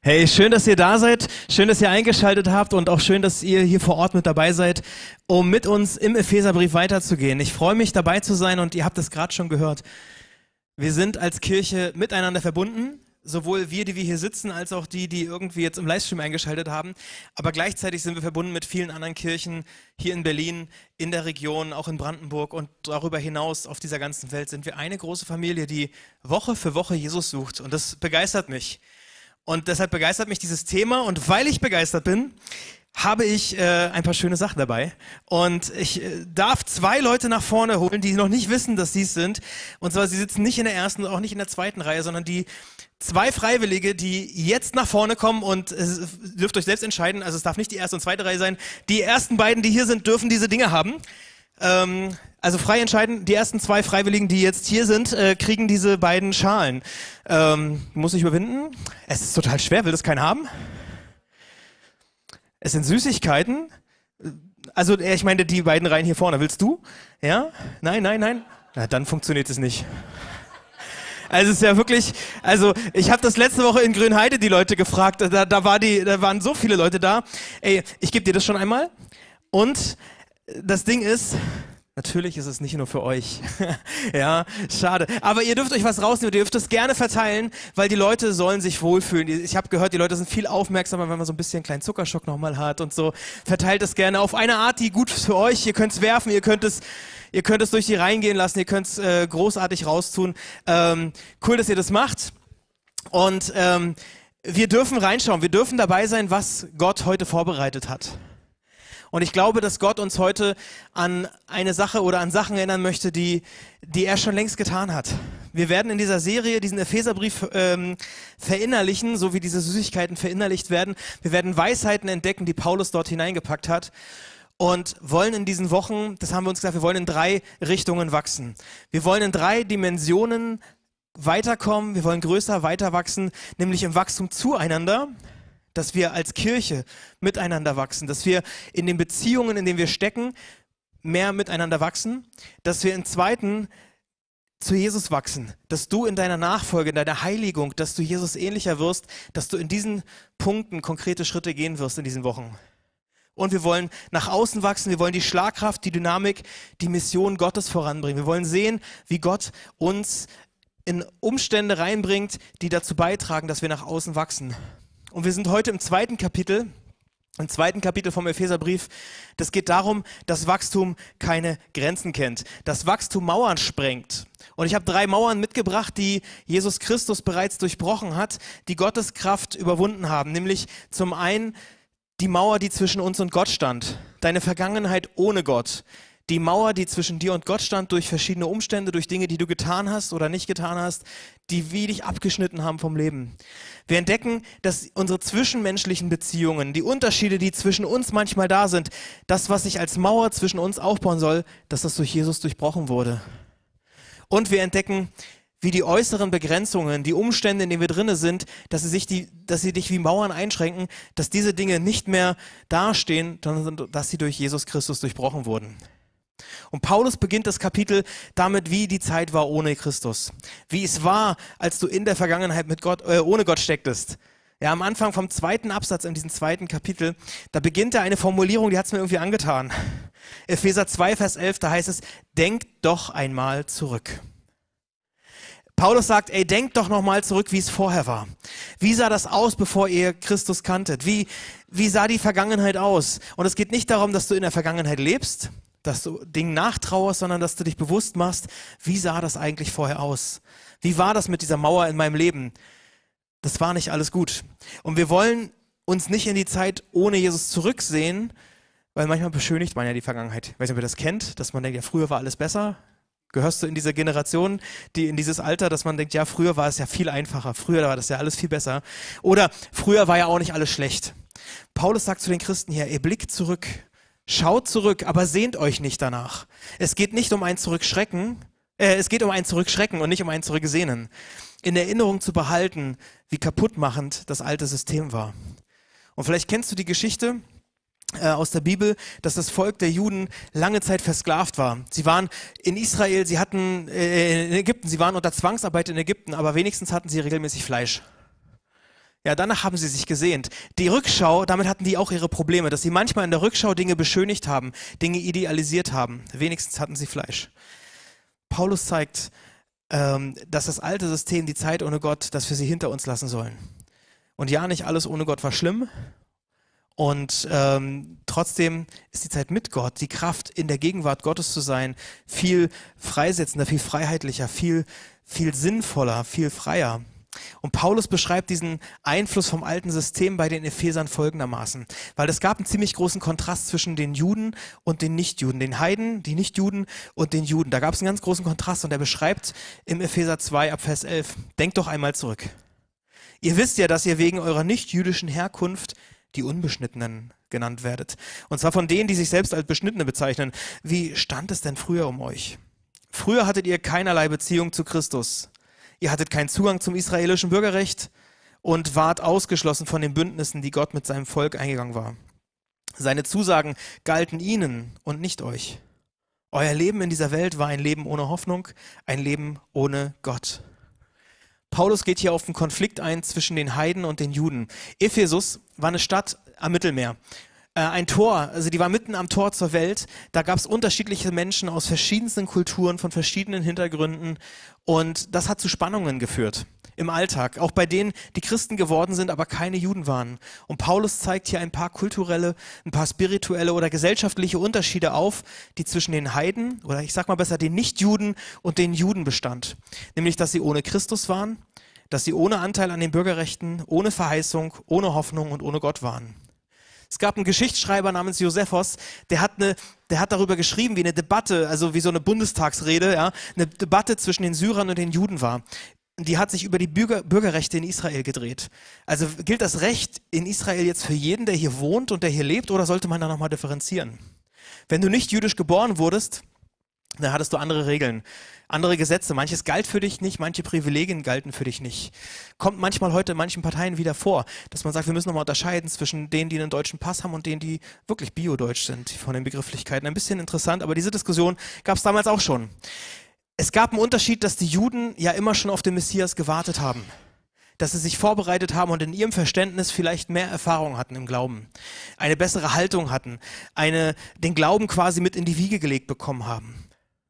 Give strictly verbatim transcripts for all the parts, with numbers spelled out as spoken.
Hey, schön, dass ihr da seid, schön, dass ihr eingeschaltet habt und auch schön, dass ihr hier vor Ort mit dabei seid, um mit uns im Epheserbrief weiterzugehen. Ich freue mich, dabei zu sein und ihr habt es gerade schon gehört. Wir sind als Kirche miteinander verbunden, sowohl wir, die wir hier sitzen, als auch die, die irgendwie jetzt im Livestream eingeschaltet haben. Aber gleichzeitig sind wir verbunden mit vielen anderen Kirchen hier in Berlin, in der Region, auch in Brandenburg und darüber hinaus auf dieser ganzen Welt sind wir eine große Familie, die Woche für Woche Jesus sucht und das begeistert mich. Und deshalb begeistert mich dieses Thema und weil ich begeistert bin, habe ich äh, ein paar schöne Sachen dabei. Und ich äh, darf zwei Leute nach vorne holen, die noch nicht wissen, dass sie es sind. Und zwar, sie sitzen nicht in der ersten und auch nicht in der zweiten Reihe, sondern die zwei Freiwillige, die jetzt nach vorne kommen und äh, dürft euch selbst entscheiden, also es darf nicht die erste und zweite Reihe sein. Die ersten beiden, die hier sind, dürfen diese Dinge haben. Ähm, also frei entscheiden, die ersten zwei Freiwilligen, die jetzt hier sind, äh, kriegen diese beiden Schalen. Ähm, muss ich überwinden? Es ist total schwer, will das keiner haben? Es sind Süßigkeiten. Also ich meine, die beiden Reihen hier vorne, willst du? Ja? Nein, nein, nein? Na, dann funktioniert es nicht. Also es ist ja wirklich, also ich habe das letzte Woche in Grünheide die Leute gefragt, da, da, war die, da waren so viele Leute da. Ey, ich gebe dir das schon einmal und das Ding ist, natürlich ist es nicht nur für euch. Ja, schade. Aber ihr dürft euch was rausnehmen, ihr dürft es gerne verteilen, weil die Leute sollen sich wohlfühlen. Ich habe gehört, die Leute sind viel aufmerksamer, wenn man so ein bisschen einen kleinen Zuckerschock nochmal hat und so. Verteilt es gerne auf eine Art, die gut ist für euch. Ihr könnt es werfen, ihr könnt es, ihr könnt es durch die Reihen gehen lassen, ihr könnt es äh, großartig raustun. Ähm, cool, dass ihr das macht. Und ähm, wir dürfen reinschauen, wir dürfen dabei sein, was Gott heute vorbereitet hat. Und ich glaube, dass Gott uns heute an eine Sache oder an Sachen erinnern möchte, die, die er schon längst getan hat. Wir werden in dieser Serie diesen Epheserbrief ähm, verinnerlichen, so wie diese Süßigkeiten verinnerlicht werden. Wir werden Weisheiten entdecken, die Paulus dort hineingepackt hat. Und wollen in diesen Wochen, das haben wir uns gesagt, wir wollen in drei Richtungen wachsen. Wir wollen in drei Dimensionen weiterkommen, wir wollen größer, weiter wachsen, nämlich im Wachstum zueinander, dass wir als Kirche miteinander wachsen, dass wir in den Beziehungen, in denen wir stecken, mehr miteinander wachsen, dass wir im Zweiten zu Jesus wachsen, dass du in deiner Nachfolge, in deiner Heiligung, dass du Jesus ähnlicher wirst, dass du in diesen Punkten konkrete Schritte gehen wirst in diesen Wochen. Und wir wollen nach außen wachsen, wir wollen die Schlagkraft, die Dynamik, die Mission Gottes voranbringen. Wir wollen sehen, wie Gott uns in Umstände reinbringt, die dazu beitragen, dass wir nach außen wachsen. Und wir sind heute im zweiten Kapitel, im zweiten Kapitel vom Epheserbrief. Das geht darum, dass Wachstum keine Grenzen kennt, dass Wachstum Mauern sprengt. Und ich habe drei Mauern mitgebracht, die Jesus Christus bereits durchbrochen hat, die Gottes Kraft überwunden haben. Nämlich zum einen die Mauer, die zwischen uns und Gott stand, deine Vergangenheit ohne Gott. Die Mauer, die zwischen dir und Gott stand, durch verschiedene Umstände, durch Dinge, die du getan hast oder nicht getan hast, die wie dich abgeschnitten haben vom Leben. Wir entdecken, dass unsere zwischenmenschlichen Beziehungen, die Unterschiede, die zwischen uns manchmal da sind, das, was sich als Mauer zwischen uns aufbauen soll, dass das durch Jesus durchbrochen wurde. Und wir entdecken, wie die äußeren Begrenzungen, die Umstände, in denen wir drinne sind, dass sie sich die, dass sie dich wie Mauern einschränken, dass diese Dinge nicht mehr dastehen, sondern dass sie durch Jesus Christus durchbrochen wurden. Und Paulus beginnt das Kapitel damit, wie die Zeit war ohne Christus. Wie es war, als du in der Vergangenheit mit Gott, äh, ohne Gott stecktest. Ja, am Anfang vom zweiten Absatz in diesem zweiten Kapitel, da beginnt er eine Formulierung, die hat es mir irgendwie angetan. Epheser zwei, Vers elf, da heißt es, denkt doch einmal zurück. Paulus sagt, ey, denkt doch nochmal zurück, wie es vorher war. Wie sah das aus, bevor ihr Christus kanntet? Wie, wie sah die Vergangenheit aus? Und es geht nicht darum, dass du in der Vergangenheit lebst, dass du Dingen nachtrauerst, sondern dass du dich bewusst machst, wie sah das eigentlich vorher aus? Wie war das mit dieser Mauer in meinem Leben? Das war nicht alles gut. Und wir wollen uns nicht in die Zeit ohne Jesus zurücksehen, weil manchmal beschönigt man ja die Vergangenheit. Ich weiß nicht, ob ihr das kennt, dass man denkt, ja, früher war alles besser. Gehörst du in diese Generation, die in dieses Alter, dass man denkt, ja, früher war es ja viel einfacher, früher war das ja alles viel besser. Oder früher war ja auch nicht alles schlecht. Paulus sagt zu den Christen hier, ihr blickt zurück, schaut zurück, aber sehnt euch nicht danach. Es geht nicht um ein Zurückschrecken, äh, es geht um ein Zurückschrecken und nicht um ein Zurücksehnen. In Erinnerung zu behalten, wie kaputtmachend das alte System war. Und vielleicht kennst du die Geschichte äh, aus der Bibel, dass das Volk der Juden lange Zeit versklavt war. Sie waren in Israel, sie hatten äh, in Ägypten, sie waren unter Zwangsarbeit in Ägypten, aber wenigstens hatten sie regelmäßig Fleisch. Ja, danach haben sie sich gesehnt. Die Rückschau, damit hatten die auch ihre Probleme, dass sie manchmal in der Rückschau Dinge beschönigt haben, Dinge idealisiert haben. Wenigstens hatten sie Fleisch. Paulus zeigt, ähm, dass das alte System, die Zeit ohne Gott, dass wir sie hinter uns lassen sollen. Und ja, nicht alles ohne Gott war schlimm. Und ähm, trotzdem ist die Zeit mit Gott, die Kraft in der Gegenwart Gottes zu sein, viel freisetzender, viel freiheitlicher, viel, viel sinnvoller, viel freier. Und Paulus beschreibt diesen Einfluss vom alten System bei den Ephesern folgendermaßen, weil es gab einen ziemlich großen Kontrast zwischen den Juden und den Nichtjuden, den Heiden, die Nichtjuden und den Juden. Da gab es einen ganz großen Kontrast und er beschreibt im Epheser zwei ab Vers elf, denkt doch einmal zurück. Ihr wisst ja, dass ihr wegen eurer nichtjüdischen Herkunft die Unbeschnittenen genannt werdet. Und zwar von denen, die sich selbst als Beschnittene bezeichnen. Wie stand es denn früher um euch? Früher hattet ihr keinerlei Beziehung zu Christus. Ihr hattet keinen Zugang zum israelischen Bürgerrecht und wart ausgeschlossen von den Bündnissen, die Gott mit seinem Volk eingegangen war. Seine Zusagen galten ihnen und nicht euch. Euer Leben in dieser Welt war ein Leben ohne Hoffnung, ein Leben ohne Gott. Paulus geht hier auf einen Konflikt ein zwischen den Heiden und den Juden. Ephesus war eine Stadt am Mittelmeer. Äh, ein Tor, also die war mitten am Tor zur Welt. Da gab es unterschiedliche Menschen aus verschiedensten Kulturen, von verschiedenen Hintergründen. Und das hat zu Spannungen geführt im Alltag. Auch bei denen, die Christen geworden sind, aber keine Juden waren. Und Paulus zeigt hier ein paar kulturelle, ein paar spirituelle oder gesellschaftliche Unterschiede auf, die zwischen den Heiden, oder ich sag mal besser, den Nichtjuden und den Juden bestand. Nämlich, dass sie ohne Christus waren, dass sie ohne Anteil an den Bürgerrechten, ohne Verheißung, ohne Hoffnung und ohne Gott waren. Es gab einen Geschichtsschreiber namens Josephus, der hat, eine, der hat darüber geschrieben, wie eine Debatte, also wie so eine Bundestagsrede, ja, eine Debatte zwischen den Syrern und den Juden war. Die hat sich über die Bürger, Bürgerrechte in Israel gedreht. Also gilt das Recht in Israel jetzt für jeden, der hier wohnt und der hier lebt, oder sollte man da nochmal differenzieren? Wenn du nicht jüdisch geboren wurdest, dann hattest du andere Regeln, andere Gesetze. Manches galt für dich nicht, manche Privilegien galten für dich nicht. Kommt manchmal heute in manchen Parteien wieder vor, dass man sagt, wir müssen nochmal unterscheiden zwischen denen, die einen deutschen Pass haben und denen, die wirklich biodeutsch sind, von den Begrifflichkeiten. Ein bisschen interessant, aber diese Diskussion gab es damals auch schon. Es gab einen Unterschied, dass die Juden ja immer schon auf den Messias gewartet haben. Dass sie sich vorbereitet haben und in ihrem Verständnis vielleicht mehr Erfahrung hatten im Glauben. Eine bessere Haltung hatten. Eine, den Glauben quasi mit in die Wiege gelegt bekommen haben.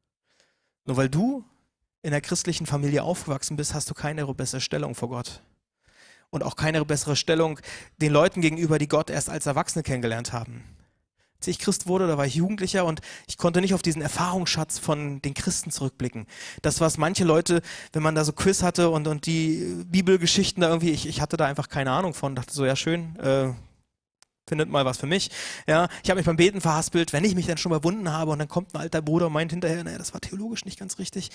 Nur weil du in der christlichen Familie aufgewachsen bist, hast du keine bessere Stellung vor Gott. Und auch keine bessere Stellung den Leuten gegenüber, die Gott erst als Erwachsene kennengelernt haben. Als ich Christ wurde, da war ich Jugendlicher und ich konnte nicht auf diesen Erfahrungsschatz von den Christen zurückblicken. Das, was manche Leute, wenn man da so Quiz hatte und, und die Bibelgeschichten da irgendwie, ich, ich hatte da einfach keine Ahnung von, dachte so, ja schön, äh, findet mal was für mich. Ja, ich habe mich beim Beten verhaspelt, wenn ich mich dann schon überwunden habe und dann kommt ein alter Bruder und meint hinterher, naja, das war theologisch nicht ganz richtig.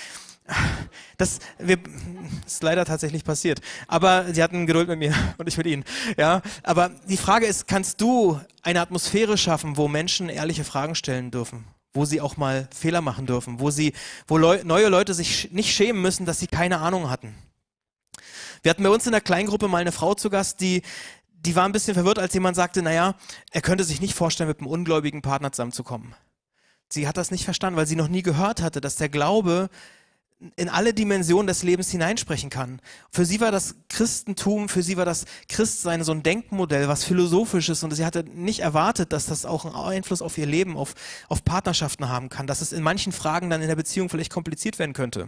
Das, wir, das ist leider tatsächlich passiert. Aber sie hatten Geduld mit mir und ich mit ihnen. Ja, aber die Frage ist, kannst du eine Atmosphäre schaffen, wo Menschen ehrliche Fragen stellen dürfen? Wo sie auch mal Fehler machen dürfen? Wo, sie, wo Leu- neue Leute sich nicht schämen müssen, dass sie keine Ahnung hatten? Wir hatten bei uns in der Kleingruppe mal eine Frau zu Gast, die, die war ein bisschen verwirrt, als jemand sagte, naja, er könnte sich nicht vorstellen, mit einem ungläubigen Partner zusammenzukommen. Sie hat das nicht verstanden, weil sie noch nie gehört hatte, dass der Glaube in alle Dimensionen des Lebens hineinsprechen kann. Für sie war das Christentum, für sie war das Christsein so ein Denkmodell, was philosophisch ist, und sie hatte nicht erwartet, dass das auch einen Einfluss auf ihr Leben, auf, auf Partnerschaften haben kann, dass es in manchen Fragen dann in der Beziehung vielleicht kompliziert werden könnte.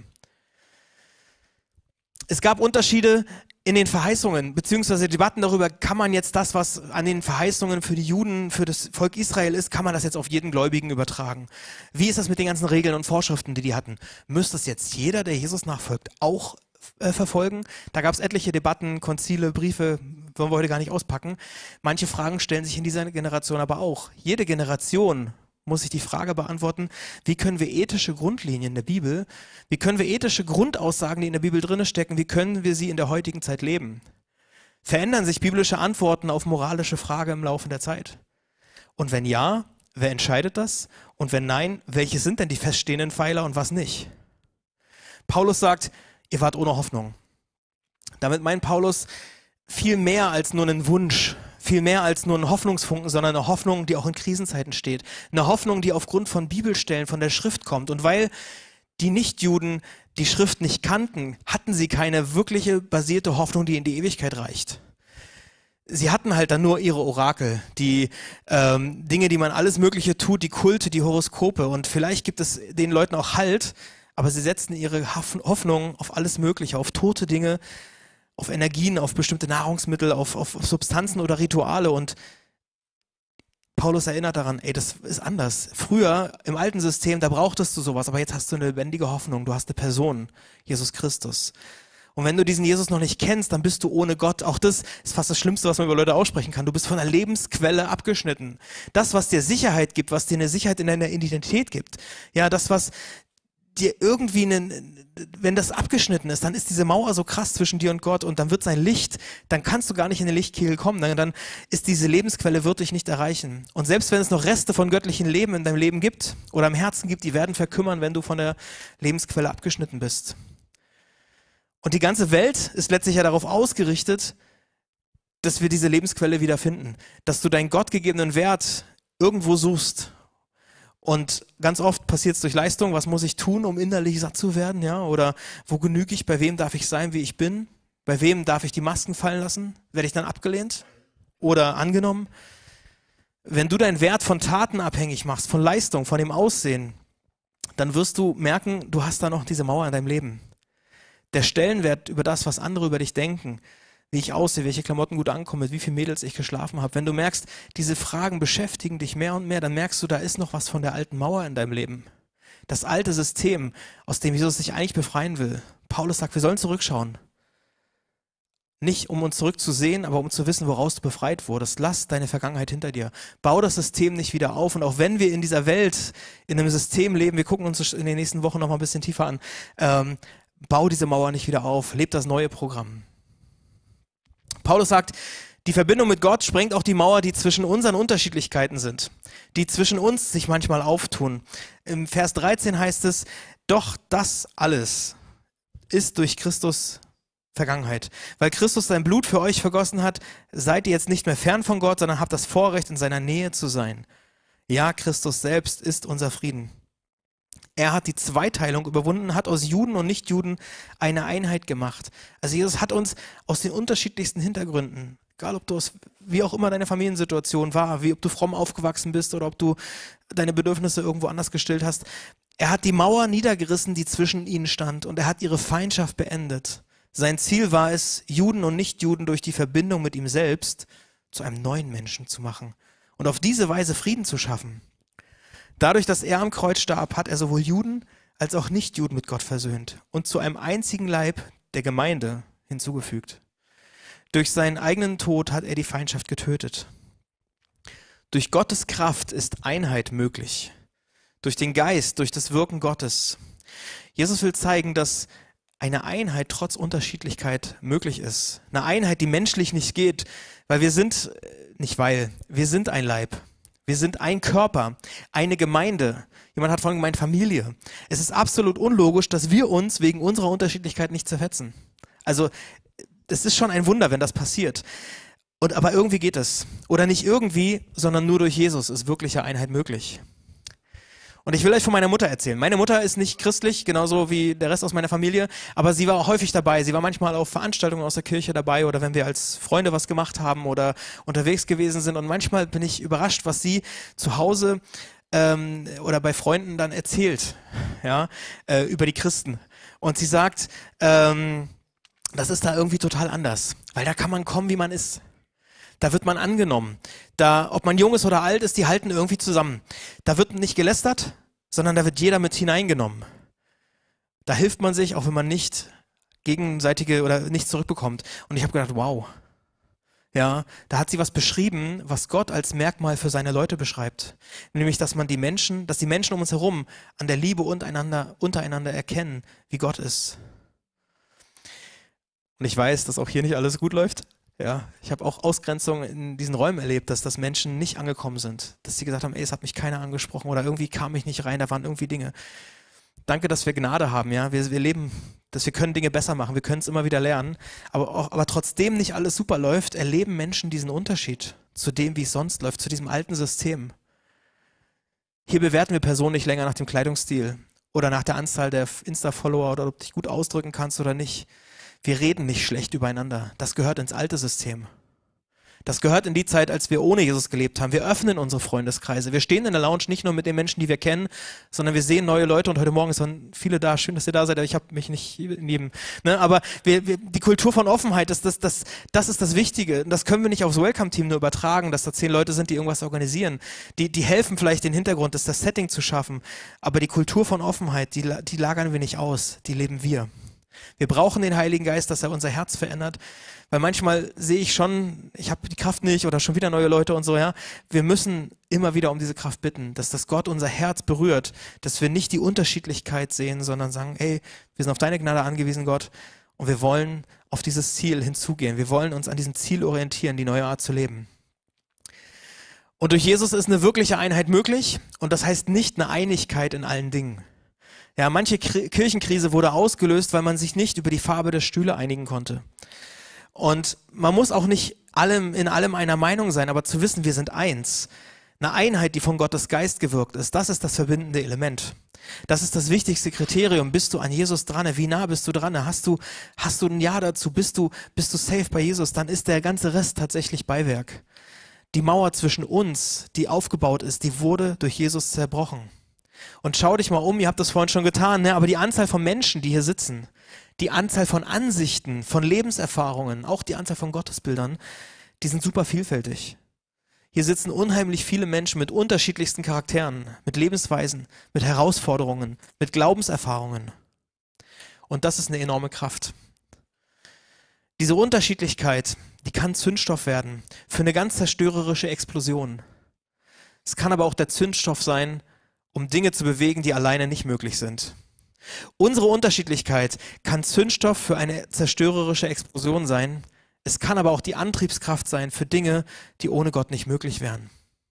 Es gab Unterschiede in den Verheißungen, beziehungsweise Debatten darüber, kann man jetzt das, was an den Verheißungen für die Juden, für das Volk Israel ist, kann man das jetzt auf jeden Gläubigen übertragen? Wie ist das mit den ganzen Regeln und Vorschriften, die die hatten? Müsste es jetzt jeder, der Jesus nachfolgt, auch äh, verfolgen? Da gab es etliche Debatten, Konzile, Briefe, wollen wir heute gar nicht auspacken. Manche Fragen stellen sich in dieser Generation aber auch. Jede Generation muss sich die Frage beantworten, wie können wir ethische Grundlinien der Bibel, wie können wir ethische Grundaussagen, die in der Bibel drin stecken, wie können wir sie in der heutigen Zeit leben? Verändern sich biblische Antworten auf moralische Fragen im Laufe der Zeit? Und wenn ja, wer entscheidet das? Und wenn nein, welche sind denn die feststehenden Pfeiler und was nicht? Paulus sagt, ihr wart ohne Hoffnung. Damit meint Paulus viel mehr als nur einen Wunsch, viel mehr als nur ein Hoffnungsfunken, sondern eine Hoffnung, die auch in Krisenzeiten steht. Eine Hoffnung, die aufgrund von Bibelstellen, von der Schrift kommt. Und weil die Nichtjuden die Schrift nicht kannten, hatten sie keine wirkliche basierte Hoffnung, die in die Ewigkeit reicht. Sie hatten halt dann nur ihre Orakel, die ähm, Dinge, die man alles Mögliche tut, die Kulte, die Horoskope. Und vielleicht gibt es den Leuten auch Halt, aber sie setzen ihre Hoffnung auf alles Mögliche, auf tote Dinge, auf Energien, auf bestimmte Nahrungsmittel, auf, auf, auf Substanzen oder Rituale. Und Paulus erinnert daran, ey, das ist anders. Früher im alten System, da brauchtest du sowas, aber jetzt hast du eine lebendige Hoffnung. Du hast eine Person, Jesus Christus. Und wenn du diesen Jesus noch nicht kennst, dann bist du ohne Gott. Auch das ist fast das Schlimmste, was man über Leute aussprechen kann. Du bist von der Lebensquelle abgeschnitten. Das, was dir Sicherheit gibt, was dir eine Sicherheit in deiner Identität gibt. Ja, das, was dir irgendwie, einen, wenn das abgeschnitten ist, dann ist diese Mauer so krass zwischen dir und Gott und dann wird sein Licht, dann kannst du gar nicht in den Lichtkegel kommen. Dann, dann ist diese Lebensquelle, wird dich nicht erreichen. Und selbst wenn es noch Reste von göttlichem Leben in deinem Leben gibt oder im Herzen gibt, die werden verkümmern, wenn du von der Lebensquelle abgeschnitten bist. Und die ganze Welt ist letztlich ja darauf ausgerichtet, dass wir diese Lebensquelle wiederfinden. Dass du deinen gottgegebenen Wert irgendwo suchst. Und ganz oft passiert es durch Leistung. Was muss ich tun, um innerlich satt zu werden? Ja? Oder wo genüge ich? Bei wem darf ich sein, wie ich bin? Bei wem darf ich die Masken fallen lassen? Werde ich dann abgelehnt oder angenommen? Wenn du deinen Wert von Taten abhängig machst, von Leistung, von dem Aussehen, dann wirst du merken, du hast da noch diese Mauer in deinem Leben. Der Stellenwert über das, was andere über dich denken, wie ich aussehe, welche Klamotten gut ankommen, mit wie vielen Mädels ich geschlafen habe. Wenn du merkst, diese Fragen beschäftigen dich mehr und mehr, dann merkst du, da ist noch was von der alten Mauer in deinem Leben. Das alte System, aus dem Jesus sich eigentlich befreien will. Paulus sagt, wir sollen zurückschauen. Nicht um uns zurückzusehen, aber um zu wissen, woraus du befreit wurdest. Lass deine Vergangenheit hinter dir. Bau das System nicht wieder auf. Und auch wenn wir in dieser Welt, in einem System leben, wir gucken uns das in den nächsten Wochen noch mal ein bisschen tiefer an, ähm, bau diese Mauer nicht wieder auf, leb das neue Programm. Paulus sagt, die Verbindung mit Gott sprengt auch die Mauer, die zwischen unseren Unterschiedlichkeiten sind, die zwischen uns sich manchmal auftun. Im Vers dreizehn heißt es, doch das alles ist durch Christus Vergangenheit. Weil Christus sein Blut für euch vergossen hat, seid ihr jetzt nicht mehr fern von Gott, sondern habt das Vorrecht, in seiner Nähe zu sein. Ja, Christus selbst ist unser Frieden. Er hat die Zweiteilung überwunden, hat aus Juden und Nichtjuden eine Einheit gemacht. Also Jesus hat uns aus den unterschiedlichsten Hintergründen, egal ob du aus, wie auch immer deine Familiensituation war, wie ob du fromm aufgewachsen bist oder ob du deine Bedürfnisse irgendwo anders gestillt hast, er hat die Mauer niedergerissen, die zwischen ihnen stand, und er hat ihre Feindschaft beendet. Sein Ziel war es, Juden und Nichtjuden durch die Verbindung mit ihm selbst zu einem neuen Menschen zu machen und auf diese Weise Frieden zu schaffen. Dadurch, dass er am Kreuz starb, hat er sowohl Juden als auch Nichtjuden mit Gott versöhnt und zu einem einzigen Leib der Gemeinde hinzugefügt. Durch seinen eigenen Tod hat er die Feindschaft getötet. Durch Gottes Kraft ist Einheit möglich. Durch den Geist, durch das Wirken Gottes. Jesus will zeigen, dass eine Einheit trotz Unterschiedlichkeit möglich ist. Eine Einheit, die menschlich nicht geht, weil wir sind, nicht weil, wir sind ein Leib. Wir sind ein Körper, eine Gemeinde. Jemand hat vorhin gemeint, Familie. Es ist absolut unlogisch, dass wir uns wegen unserer Unterschiedlichkeit nicht zerfetzen. Also, es ist schon ein Wunder, wenn das passiert. Und, aber irgendwie geht es. Oder nicht irgendwie, sondern nur durch Jesus ist wirkliche Einheit möglich. Und ich will euch von meiner Mutter erzählen. Meine Mutter ist nicht christlich, genauso wie der Rest aus meiner Familie, aber sie war auch häufig dabei. Sie war manchmal auf Veranstaltungen aus der Kirche dabei oder wenn wir als Freunde was gemacht haben oder unterwegs gewesen sind. Und manchmal bin ich überrascht, was sie zu Hause ähm, oder bei Freunden dann erzählt, ja, äh, über die Christen. Und sie sagt, ähm, das ist da irgendwie total anders, weil da kann man kommen, wie man ist. Da wird man angenommen. Da, ob man jung ist oder alt ist, die halten irgendwie zusammen. Da wird nicht gelästert, sondern da wird jeder mit hineingenommen. Da hilft man sich, auch wenn man nicht gegenseitige oder nichts zurückbekommt. Und ich habe gedacht, wow. Ja, da hat sie was beschrieben, was Gott als Merkmal für seine Leute beschreibt. Nämlich, dass man die Menschen, dass die Menschen um uns herum an der Liebe untereinander, untereinander erkennen, wie Gott ist. Und ich weiß, dass auch hier nicht alles gut läuft. Ja, ich habe auch Ausgrenzung in diesen Räumen erlebt, dass das Menschen nicht angekommen sind. Dass sie gesagt haben, ey, es hat mich keiner angesprochen oder irgendwie kam ich nicht rein, da waren irgendwie Dinge. Danke, dass wir Gnade haben, ja. Wir, wir leben, dass wir können Dinge besser machen, wir können es immer wieder lernen. Aber, auch, aber trotzdem nicht alles super läuft, erleben Menschen diesen Unterschied zu dem, wie es sonst läuft, zu diesem alten System. Hier bewerten wir Personen nicht länger nach dem Kleidungsstil oder nach der Anzahl der Insta-Follower oder ob du dich gut ausdrücken kannst oder nicht. Wir reden nicht schlecht übereinander. Das gehört ins alte System. Das gehört in die Zeit, als wir ohne Jesus gelebt haben. Wir öffnen unsere Freundeskreise. Wir stehen in der Lounge nicht nur mit den Menschen, die wir kennen, sondern wir sehen neue Leute und heute Morgen waren viele da. Schön, dass ihr da seid, aber ich habe mich nicht neben. Ne? Aber wir, wir, die Kultur von Offenheit, das, das, das, das ist das Wichtige. Das können wir nicht aufs Welcome-Team nur übertragen, dass da zehn Leute sind, die irgendwas organisieren. Die, die helfen vielleicht den Hintergrund, das, das Setting zu schaffen. Aber die Kultur von Offenheit, die, die lagern wir nicht aus, die leben wir. Wir brauchen den Heiligen Geist, dass er unser Herz verändert, weil manchmal sehe ich schon, ich habe die Kraft nicht oder schon wieder neue Leute und so, ja. Wir müssen immer wieder um diese Kraft bitten, dass das Gott unser Herz berührt, dass wir nicht die Unterschiedlichkeit sehen, sondern sagen, ey, wir sind auf deine Gnade angewiesen, Gott, und wir wollen auf dieses Ziel hinzugehen. Wir wollen uns an diesem Ziel orientieren, die neue Art zu leben. Und durch Jesus ist eine wirkliche Einheit möglich und das heißt nicht eine Einigkeit in allen Dingen. Ja, manche Kri- Kirchenkrise wurde ausgelöst, weil man sich nicht über die Farbe der Stühle einigen konnte. Und man muss auch nicht allem, in allem einer Meinung sein, aber zu wissen, wir sind eins. Eine Einheit, die von Gottes Geist gewirkt ist, das ist das verbindende Element. Das ist das wichtigste Kriterium. Bist du an Jesus dran? Wie nah bist du dran? Hast du, hast du ein Ja dazu? Bist du, bist du safe bei Jesus? Dann ist der ganze Rest tatsächlich Beiwerk. Die Mauer zwischen uns, die aufgebaut ist, die wurde durch Jesus zerbrochen. Und schau dich mal um, ihr habt das vorhin schon getan, ne? Aber die Anzahl von Menschen, die hier sitzen, die Anzahl von Ansichten, von Lebenserfahrungen, auch die Anzahl von Gottesbildern, die sind super vielfältig. Hier sitzen unheimlich viele Menschen mit unterschiedlichsten Charakteren, mit Lebensweisen, mit Herausforderungen, mit Glaubenserfahrungen. Und das ist eine enorme Kraft. Diese Unterschiedlichkeit, die kann Zündstoff werden für eine ganz zerstörerische Explosion. Es kann aber auch der Zündstoff sein, um Dinge zu bewegen, die alleine nicht möglich sind. Unsere Unterschiedlichkeit kann Zündstoff für eine zerstörerische Explosion sein. Es kann aber auch die Antriebskraft sein für Dinge, die ohne Gott nicht möglich wären.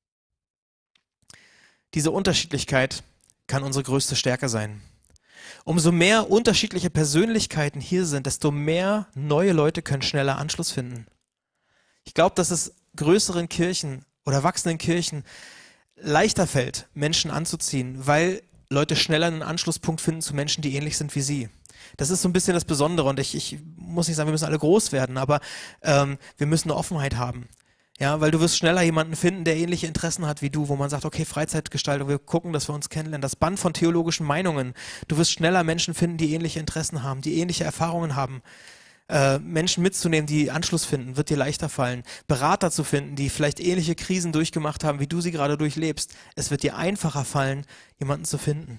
Diese Unterschiedlichkeit kann unsere größte Stärke sein. Umso mehr unterschiedliche Persönlichkeiten hier sind, desto mehr neue Leute können schneller Anschluss finden. Ich glaube, dass es größeren Kirchen oder wachsenden Kirchen leichter fällt, Menschen anzuziehen, weil Leute schneller einen Anschlusspunkt finden zu Menschen, die ähnlich sind wie sie. Das ist so ein bisschen das Besondere und ich, ich muss nicht sagen, wir müssen alle groß werden, aber ähm, wir müssen eine Offenheit haben. Ja, weil du wirst schneller jemanden finden, der ähnliche Interessen hat wie du, wo man sagt, okay, Freizeitgestaltung, wir gucken, dass wir uns kennenlernen. Das Band von theologischen Meinungen. Du wirst schneller Menschen finden, die ähnliche Interessen haben, die ähnliche Erfahrungen haben. Äh, Menschen mitzunehmen, die Anschluss finden, wird dir leichter fallen. Berater zu finden, die vielleicht ähnliche Krisen durchgemacht haben, wie du sie gerade durchlebst. Es wird dir einfacher fallen, jemanden zu finden.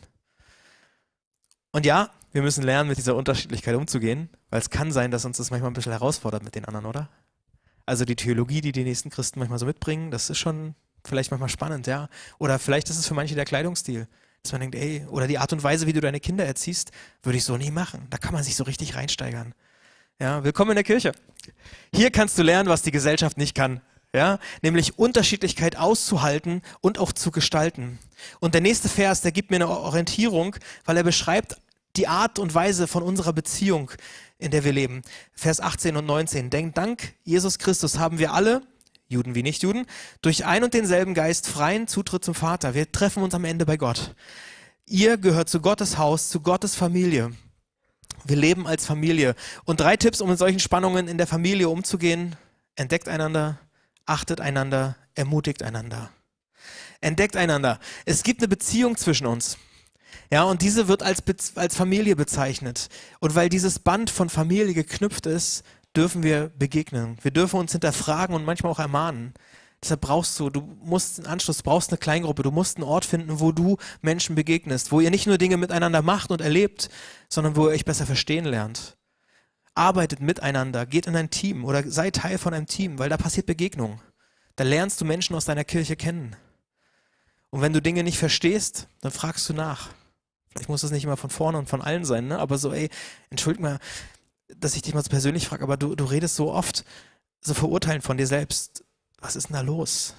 Und ja, wir müssen lernen, mit dieser Unterschiedlichkeit umzugehen, weil es kann sein, dass uns das manchmal ein bisschen herausfordert mit den anderen, oder? Also die Theologie, die die nächsten Christen manchmal so mitbringen, das ist schon vielleicht manchmal spannend, ja. Oder vielleicht ist es für manche der Kleidungsstil, dass man denkt, ey, oder die Art und Weise, wie du deine Kinder erziehst, würde ich so nie machen. Da kann man sich so richtig reinsteigern. Ja, willkommen in der Kirche. Hier kannst du lernen, was die Gesellschaft nicht kann. Ja, nämlich Unterschiedlichkeit auszuhalten und auch zu gestalten. Und der nächste Vers, der gibt mir eine Orientierung, weil er beschreibt die Art und Weise von unserer Beziehung, in der wir leben. Vers achtzehn und neunzehn. Denn dank Jesus Christus haben wir alle, Juden wie Nichtjuden, durch ein und denselben Geist freien Zutritt zum Vater. Wir treffen uns am Ende bei Gott. Ihr gehört zu Gottes Haus, zu Gottes Familie. Wir leben als Familie. Und drei Tipps, um mit solchen Spannungen in der Familie umzugehen. Entdeckt einander, achtet einander, ermutigt einander. Entdeckt einander. Es gibt eine Beziehung zwischen uns. Ja, und diese wird als, Be- als Familie bezeichnet. Und weil dieses Band von Familie geknüpft ist, dürfen wir begegnen. Wir dürfen uns hinterfragen und manchmal auch ermahnen. Deshalb brauchst du, du musst einen Anschluss, du brauchst eine Kleingruppe, du musst einen Ort finden, wo du Menschen begegnest, wo ihr nicht nur Dinge miteinander macht und erlebt, sondern wo ihr euch besser verstehen lernt. Arbeitet miteinander, geht in ein Team oder sei Teil von einem Team, weil da passiert Begegnung. Da lernst du Menschen aus deiner Kirche kennen. Und wenn du Dinge nicht verstehst, dann fragst du nach. Vielleicht muss das nicht immer von vorne und von allen sein, ne? Aber so, ey, entschuldig mal, dass ich dich mal so persönlich frage, aber du, du redest so oft so verurteilend von dir selbst. Was ist denn da los?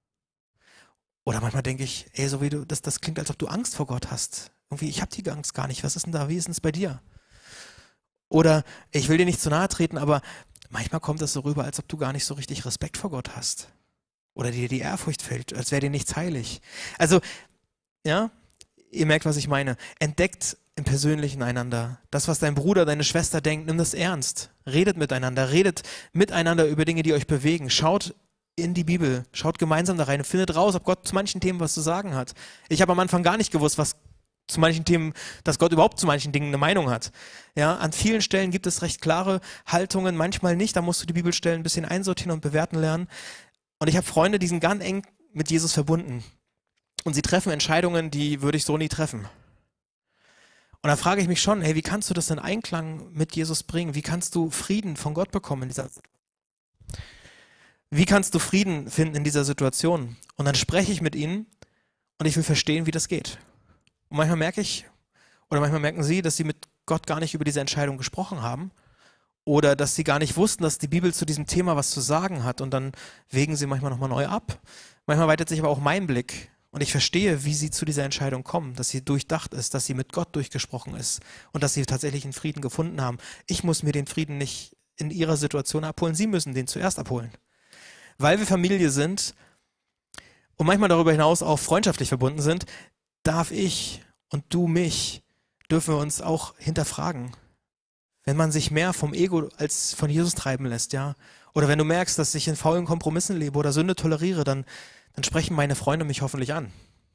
Oder manchmal denke ich, ey, so wie du, das, das klingt, als ob du Angst vor Gott hast. Irgendwie, ich habe die Angst gar nicht. Was ist denn da? Wie ist denn es bei dir? Oder ich will dir nicht zu nahe treten, aber manchmal kommt das so rüber, als ob du gar nicht so richtig Respekt vor Gott hast. Oder dir die Ehrfurcht fällt, als wäre dir nichts heilig. Also, ja, ihr merkt, was ich meine. Entdeckt im Persönlichen einander. Das, was dein Bruder, deine Schwester denkt, nimm das ernst. Redet miteinander, redet miteinander über Dinge, die euch bewegen. Schaut in die Bibel, schaut gemeinsam da rein und findet raus, ob Gott zu manchen Themen was zu sagen hat. Ich habe am Anfang gar nicht gewusst, was zu manchen Themen, dass Gott überhaupt zu manchen Dingen eine Meinung hat. Ja, an vielen Stellen gibt es recht klare Haltungen, manchmal nicht. Da musst du die Bibelstellen ein bisschen einsortieren und bewerten lernen. Und ich habe Freunde, die sind ganz eng mit Jesus verbunden. Und sie treffen Entscheidungen, die würde ich so nie treffen. Und da frage ich mich schon, hey, wie kannst du das in Einklang mit Jesus bringen? Wie kannst du Frieden von Gott bekommen in dieser Wie kannst du Frieden finden in dieser Situation? Und dann spreche ich mit ihnen und ich will verstehen, wie das geht. Und manchmal merke ich, oder manchmal merken sie, dass sie mit Gott gar nicht über diese Entscheidung gesprochen haben oder dass sie gar nicht wussten, dass die Bibel zu diesem Thema was zu sagen hat und dann wägen sie manchmal nochmal neu ab. Manchmal weitet sich aber auch mein Blick und ich verstehe, wie sie zu dieser Entscheidung kommen, dass sie durchdacht ist, dass sie mit Gott durchgesprochen ist und dass sie tatsächlich einen Frieden gefunden haben. Ich muss mir den Frieden nicht in ihrer Situation abholen, sie müssen den zuerst abholen. Weil wir Familie sind und manchmal darüber hinaus auch freundschaftlich verbunden sind, darf ich und du mich, dürfen wir uns auch hinterfragen. Wenn man sich mehr vom Ego als von Jesus treiben lässt, ja, oder wenn du merkst, dass ich in faulen Kompromissen lebe oder Sünde toleriere, dann, dann sprechen meine Freunde mich hoffentlich an.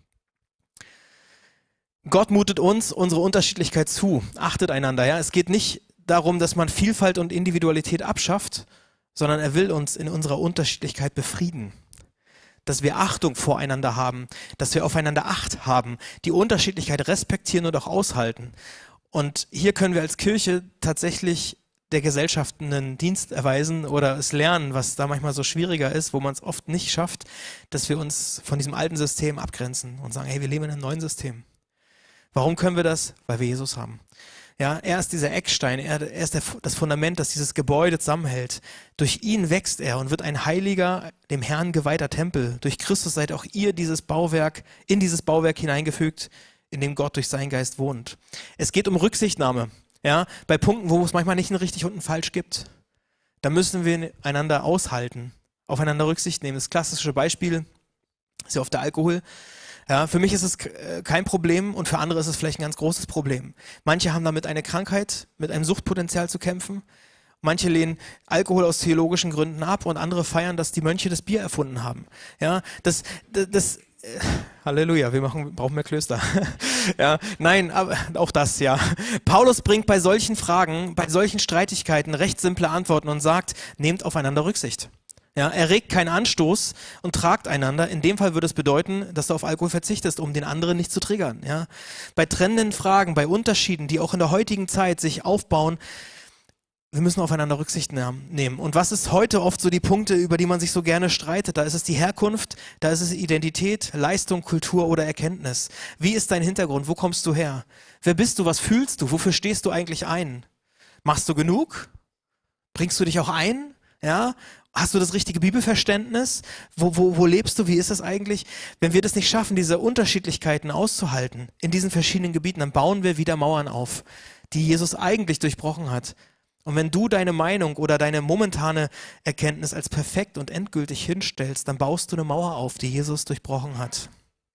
Gott mutet uns unsere Unterschiedlichkeit zu, achtet einander, ja. Es geht nicht darum, dass man Vielfalt und Individualität abschafft, sondern er will uns in unserer Unterschiedlichkeit befrieden. Dass wir Achtung voreinander haben, dass wir aufeinander Acht haben, die Unterschiedlichkeit respektieren und auch aushalten. Und hier können wir als Kirche tatsächlich der Gesellschaft einen Dienst erweisen oder es lernen, was da manchmal so schwieriger ist, wo man es oft nicht schafft, dass wir uns von diesem alten System abgrenzen und sagen, hey, wir leben in einem neuen System. Warum können wir das? Weil wir Jesus haben. Ja, er ist dieser Eckstein, er, er ist der, das Fundament, das dieses Gebäude zusammenhält. Durch ihn wächst er und wird ein heiliger, dem Herrn geweihter Tempel. Durch Christus seid auch ihr dieses Bauwerk, in dieses Bauwerk hineingefügt, in dem Gott durch seinen Geist wohnt. Es geht um Rücksichtnahme. Ja, bei Punkten, wo es manchmal nicht ein richtig und ein falsch gibt. Da müssen wir einander aushalten, aufeinander Rücksicht nehmen. Das klassische Beispiel ist ja oft der Alkohol. Ja, für mich ist es kein Problem und für andere ist es vielleicht ein ganz großes Problem. Manche haben damit eine Krankheit, mit einem Suchtpotenzial zu kämpfen. Manche lehnen Alkohol aus theologischen Gründen ab und andere feiern, dass die Mönche das Bier erfunden haben. Ja, das, das, das äh, Halleluja, wir machen, brauchen mehr Klöster. Ja, nein, aber auch das, ja. Paulus bringt bei solchen Fragen, bei solchen Streitigkeiten recht simple Antworten und sagt, nehmt aufeinander Rücksicht. Ja, er regt keinen Anstoß und tragt einander. In dem Fall würde es bedeuten, dass du auf Alkohol verzichtest, um den anderen nicht zu triggern. Ja. Bei trennenden Fragen, bei Unterschieden, die auch in der heutigen Zeit sich aufbauen, wir müssen aufeinander Rücksicht nehmen. Und was ist heute oft so die Punkte, über die man sich so gerne streitet? Da ist es die Herkunft, da ist es Identität, Leistung, Kultur oder Erkenntnis. Wie ist dein Hintergrund? Wo kommst du her? Wer bist du? Was fühlst du? Wofür stehst du eigentlich ein? Machst du genug? Bringst du dich auch ein? Ja? Hast du das richtige Bibelverständnis? Wo, wo, wo lebst du? Wie ist das eigentlich? Wenn wir das nicht schaffen, diese Unterschiedlichkeiten auszuhalten in diesen verschiedenen Gebieten, dann bauen wir wieder Mauern auf, die Jesus eigentlich durchbrochen hat. Und wenn du deine Meinung oder deine momentane Erkenntnis als perfekt und endgültig hinstellst, dann baust du eine Mauer auf, die Jesus durchbrochen hat.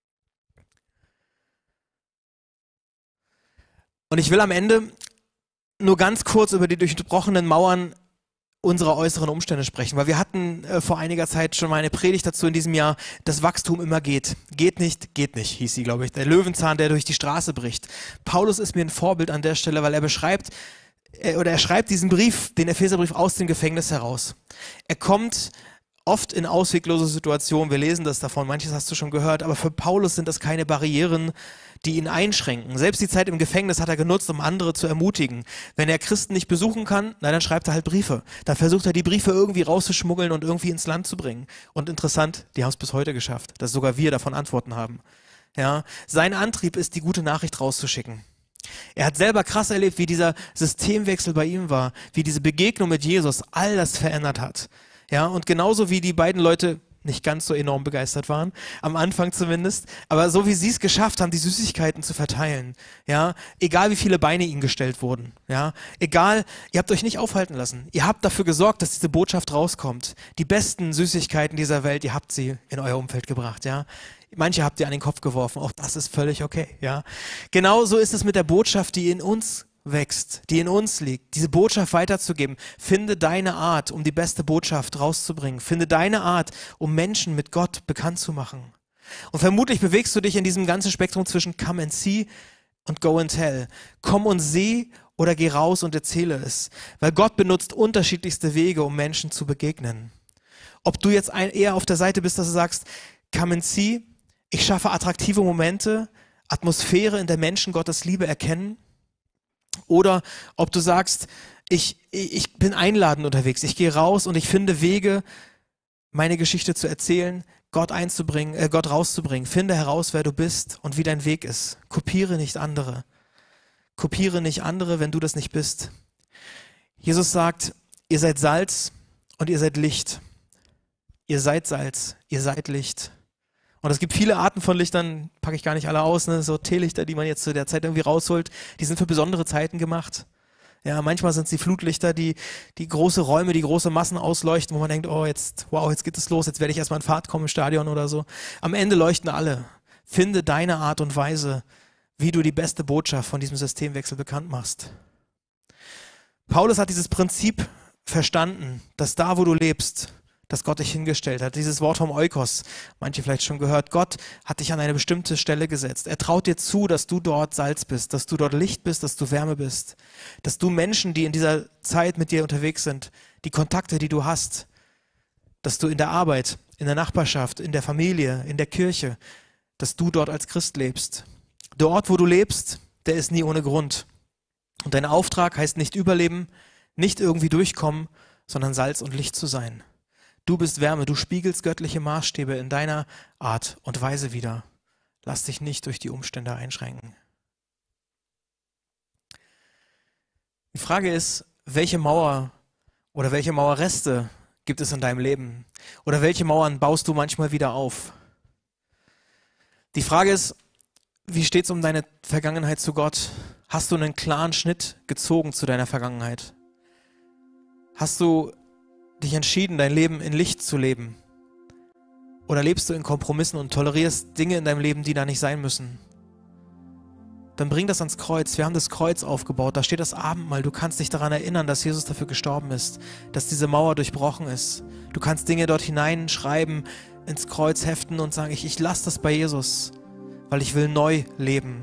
Und ich will am Ende nur ganz kurz über die durchbrochenen Mauern unserer äußeren Umstände sprechen, weil wir hatten äh, vor einiger Zeit schon mal eine Predigt dazu in diesem Jahr, dass Wachstum immer geht. Geht nicht, geht nicht, hieß sie, glaube ich. Der Löwenzahn, der durch die Straße bricht. Paulus ist mir ein Vorbild an der Stelle, weil er beschreibt, äh, oder er schreibt diesen Brief, den Epheserbrief aus dem Gefängnis heraus. Er kommt oft in ausweglose Situationen, wir lesen das davon, manches hast du schon gehört, aber für Paulus sind das keine Barrieren, die ihn einschränken. Selbst die Zeit im Gefängnis hat er genutzt, um andere zu ermutigen. Wenn er Christen nicht besuchen kann, na, dann schreibt er halt Briefe. Dann versucht er, die Briefe irgendwie rauszuschmuggeln und irgendwie ins Land zu bringen. Und interessant, die haben es bis heute geschafft, dass sogar wir davon Antworten haben. Ja, sein Antrieb ist, die gute Nachricht rauszuschicken. Er hat selber krass erlebt, wie dieser Systemwechsel bei ihm war, wie diese Begegnung mit Jesus all das verändert hat. Ja, und genauso wie die beiden Leute, nicht ganz so enorm begeistert waren, am Anfang zumindest, aber so wie sie es geschafft haben, die Süßigkeiten zu verteilen, ja, egal wie viele Beine ihnen gestellt wurden, ja, egal, ihr habt euch nicht aufhalten lassen, ihr habt dafür gesorgt, dass diese Botschaft rauskommt, die besten Süßigkeiten dieser Welt, ihr habt sie in euer Umfeld gebracht, ja, manche habt ihr an den Kopf geworfen, auch das ist völlig okay, ja, genauso ist es mit der Botschaft, die in uns wächst, die in uns liegt, diese Botschaft weiterzugeben. Finde deine Art, um die beste Botschaft rauszubringen. Finde deine Art, um Menschen mit Gott bekannt zu machen. Und vermutlich bewegst du dich in diesem ganzen Spektrum zwischen come and see und go and tell. Komm und seh oder geh raus und erzähle es. Weil Gott benutzt unterschiedlichste Wege, um Menschen zu begegnen. Ob du jetzt ein, eher auf der Seite bist, dass du sagst, come and see, ich schaffe attraktive Momente, Atmosphäre, in der Menschen Gottes Liebe erkennen. Oder ob du sagst, ich, ich bin einladend unterwegs, ich gehe raus und ich finde Wege, meine Geschichte zu erzählen, Gott einzubringen, äh, Gott rauszubringen. Finde heraus, wer du bist und wie dein Weg ist. Kopiere nicht andere. Kopiere nicht andere, wenn du das nicht bist. Jesus sagt, ihr seid Salz und ihr seid Licht. Ihr seid Salz, ihr seid Licht. Und es gibt viele Arten von Lichtern, packe ich gar nicht alle aus, ne? So Teelichter, die man jetzt zu der Zeit irgendwie rausholt, die sind für besondere Zeiten gemacht. Ja, manchmal sind es die Flutlichter, die, die große Räume, die große Massen ausleuchten, wo man denkt, oh, jetzt, wow, jetzt geht es los, jetzt werde ich erstmal in Fahrt kommen im Stadion oder so. Am Ende leuchten alle. Finde deine Art und Weise, wie du die beste Botschaft von diesem Systemwechsel bekannt machst. Paulus hat dieses Prinzip verstanden, dass da, wo du lebst, dass Gott dich hingestellt hat. Dieses Wort vom Oikos, manche vielleicht schon gehört, Gott hat dich an eine bestimmte Stelle gesetzt. Er traut dir zu, dass du dort Salz bist, dass du dort Licht bist, dass du Wärme bist, dass du Menschen, die in dieser Zeit mit dir unterwegs sind, die Kontakte, die du hast, dass du in der Arbeit, in der Nachbarschaft, in der Familie, in der Kirche, dass du dort als Christ lebst. Der Ort, wo du lebst, der ist nie ohne Grund. Und dein Auftrag heißt nicht überleben, nicht irgendwie durchkommen, sondern Salz und Licht zu sein. Du bist Wärme, du spiegelst göttliche Maßstäbe in deiner Art und Weise wider. Lass dich nicht durch die Umstände einschränken. Die Frage ist, welche Mauer oder welche Mauerreste gibt es in deinem Leben? Oder welche Mauern baust du manchmal wieder auf? Die Frage ist, wie steht es um deine Vergangenheit zu Gott? Hast du einen klaren Schnitt gezogen zu deiner Vergangenheit? Hast du dich entschieden, dein Leben in Licht zu leben? Oder lebst du in Kompromissen und tolerierst Dinge in deinem Leben, die da nicht sein müssen? Dann bring das ans Kreuz. Wir haben das Kreuz aufgebaut. Da steht das Abendmahl. Du kannst dich daran erinnern, dass Jesus dafür gestorben ist, dass diese Mauer durchbrochen ist. Du kannst Dinge dort hineinschreiben, ins Kreuz heften und sagen, ich, ich lasse das bei Jesus, weil ich will neu leben.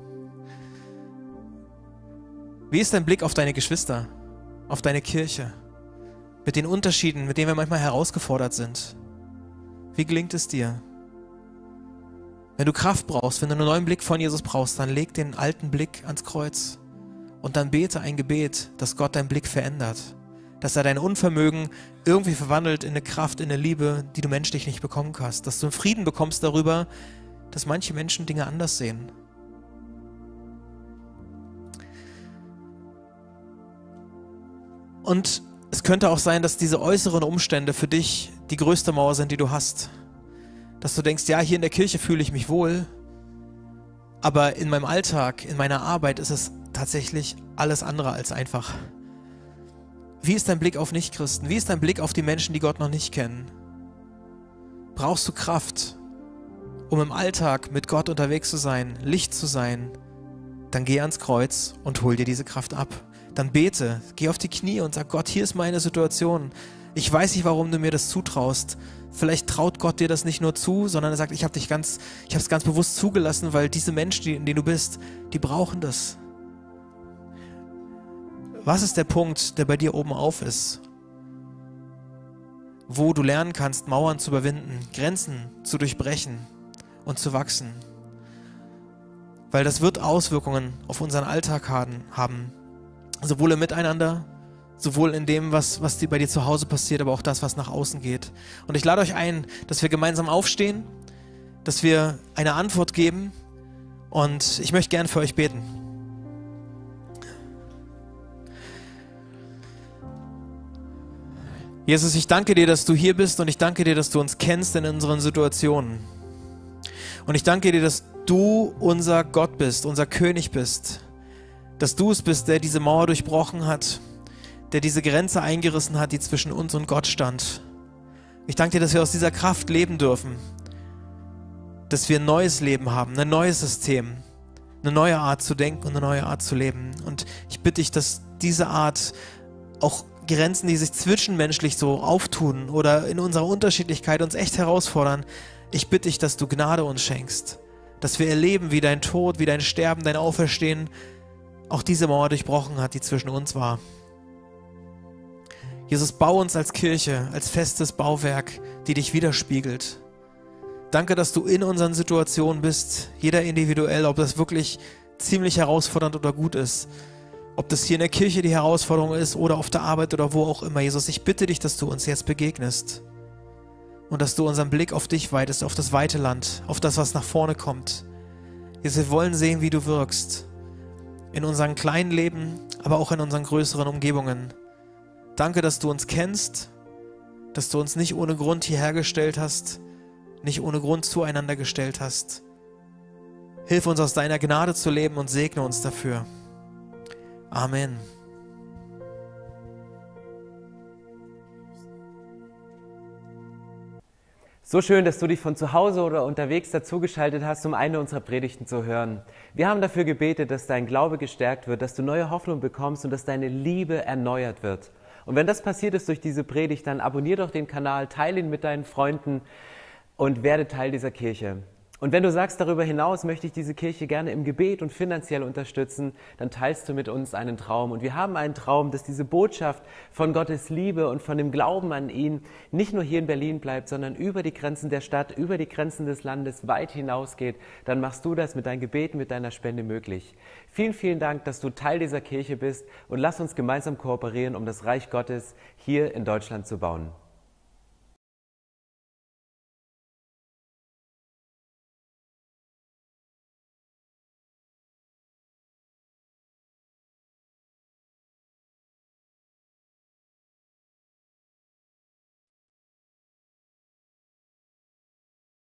Wie ist dein Blick auf deine Geschwister, auf deine Kirche? Mit den Unterschieden, mit denen wir manchmal herausgefordert sind. Wie gelingt es dir? Wenn du Kraft brauchst, wenn du einen neuen Blick von Jesus brauchst, dann leg den alten Blick ans Kreuz und dann bete ein Gebet, dass Gott deinen Blick verändert. Dass er dein Unvermögen irgendwie verwandelt in eine Kraft, in eine Liebe, die du menschlich nicht bekommen kannst. Dass du einen Frieden bekommst darüber, dass manche Menschen Dinge anders sehen. Und es könnte auch sein, dass diese äußeren Umstände für dich die größte Mauer sind, die du hast. Dass du denkst, ja, hier in der Kirche fühle ich mich wohl, aber in meinem Alltag, in meiner Arbeit ist es tatsächlich alles andere als einfach. Wie ist dein Blick auf Nichtchristen? Wie ist dein Blick auf die Menschen, die Gott noch nicht kennen? Brauchst du Kraft, um im Alltag mit Gott unterwegs zu sein, Licht zu sein? Dann geh ans Kreuz und hol dir diese Kraft ab. Dann bete, geh auf die Knie und sag, Gott, hier ist meine Situation. Ich weiß nicht, warum du mir das zutraust. Vielleicht traut Gott dir das nicht nur zu, sondern er sagt, ich habe dich ganz, ich habe es ganz bewusst zugelassen, weil diese Menschen, die, in denen du bist, die brauchen das. Was ist der Punkt, der bei dir oben auf ist? Wo du lernen kannst, Mauern zu überwinden, Grenzen zu durchbrechen und zu wachsen. Weil das wird Auswirkungen auf unseren Alltag haben. Sowohl im Miteinander, sowohl in dem, was, was dir bei dir zu Hause passiert, aber auch das, was nach außen geht. Und ich lade euch ein, dass wir gemeinsam aufstehen, dass wir eine Antwort geben und ich möchte gern für euch beten. Jesus, ich danke dir, dass du hier bist und ich danke dir, dass du uns kennst in unseren Situationen. Und ich danke dir, dass du unser Gott bist, unser König bist. Dass du es bist, der diese Mauer durchbrochen hat, der diese Grenze eingerissen hat, die zwischen uns und Gott stand. Ich danke dir, dass wir aus dieser Kraft leben dürfen. Dass wir ein neues Leben haben, ein neues System, eine neue Art zu denken und eine neue Art zu leben. Und ich bitte dich, dass diese Art auch Grenzen, die sich zwischenmenschlich so auftun oder in unserer Unterschiedlichkeit uns echt herausfordern, ich bitte dich, dass du Gnade uns schenkst, dass wir erleben, wie dein Tod, wie dein Sterben, dein Auferstehen auch diese Mauer durchbrochen hat, die zwischen uns war. Jesus, bau uns als Kirche, als festes Bauwerk, die dich widerspiegelt. Danke, dass du in unseren Situationen bist, jeder individuell, ob das wirklich ziemlich herausfordernd oder gut ist. Ob das hier in der Kirche die Herausforderung ist oder auf der Arbeit oder wo auch immer. Jesus, ich bitte dich, dass du uns jetzt begegnest und dass du unseren Blick auf dich weitest, auf das weite Land, auf das, was nach vorne kommt. Jesus, wir wollen sehen, wie du wirkst. In unserem kleinen Leben, aber auch in unseren größeren Umgebungen. Danke, dass du uns kennst, dass du uns nicht ohne Grund hierher gestellt hast, nicht ohne Grund zueinander gestellt hast. Hilf uns aus deiner Gnade zu leben und segne uns dafür. Amen. So schön, dass du dich von zu Hause oder unterwegs dazugeschaltet hast, um eine unserer Predigten zu hören. Wir haben dafür gebetet, dass dein Glaube gestärkt wird, dass du neue Hoffnung bekommst und dass deine Liebe erneuert wird. Und wenn das passiert ist durch diese Predigt, dann abonnier doch den Kanal, teile ihn mit deinen Freunden und werde Teil dieser Kirche. Und wenn du sagst, darüber hinaus möchte ich diese Kirche gerne im Gebet und finanziell unterstützen, dann teilst du mit uns einen Traum. Und wir haben einen Traum, dass diese Botschaft von Gottes Liebe und von dem Glauben an ihn nicht nur hier in Berlin bleibt, sondern über die Grenzen der Stadt, über die Grenzen des Landes weit hinausgeht. Dann machst du das mit deinen Gebeten, mit deiner Spende möglich. Vielen, vielen Dank, dass du Teil dieser Kirche bist und lass uns gemeinsam kooperieren, um das Reich Gottes hier in Deutschland zu bauen.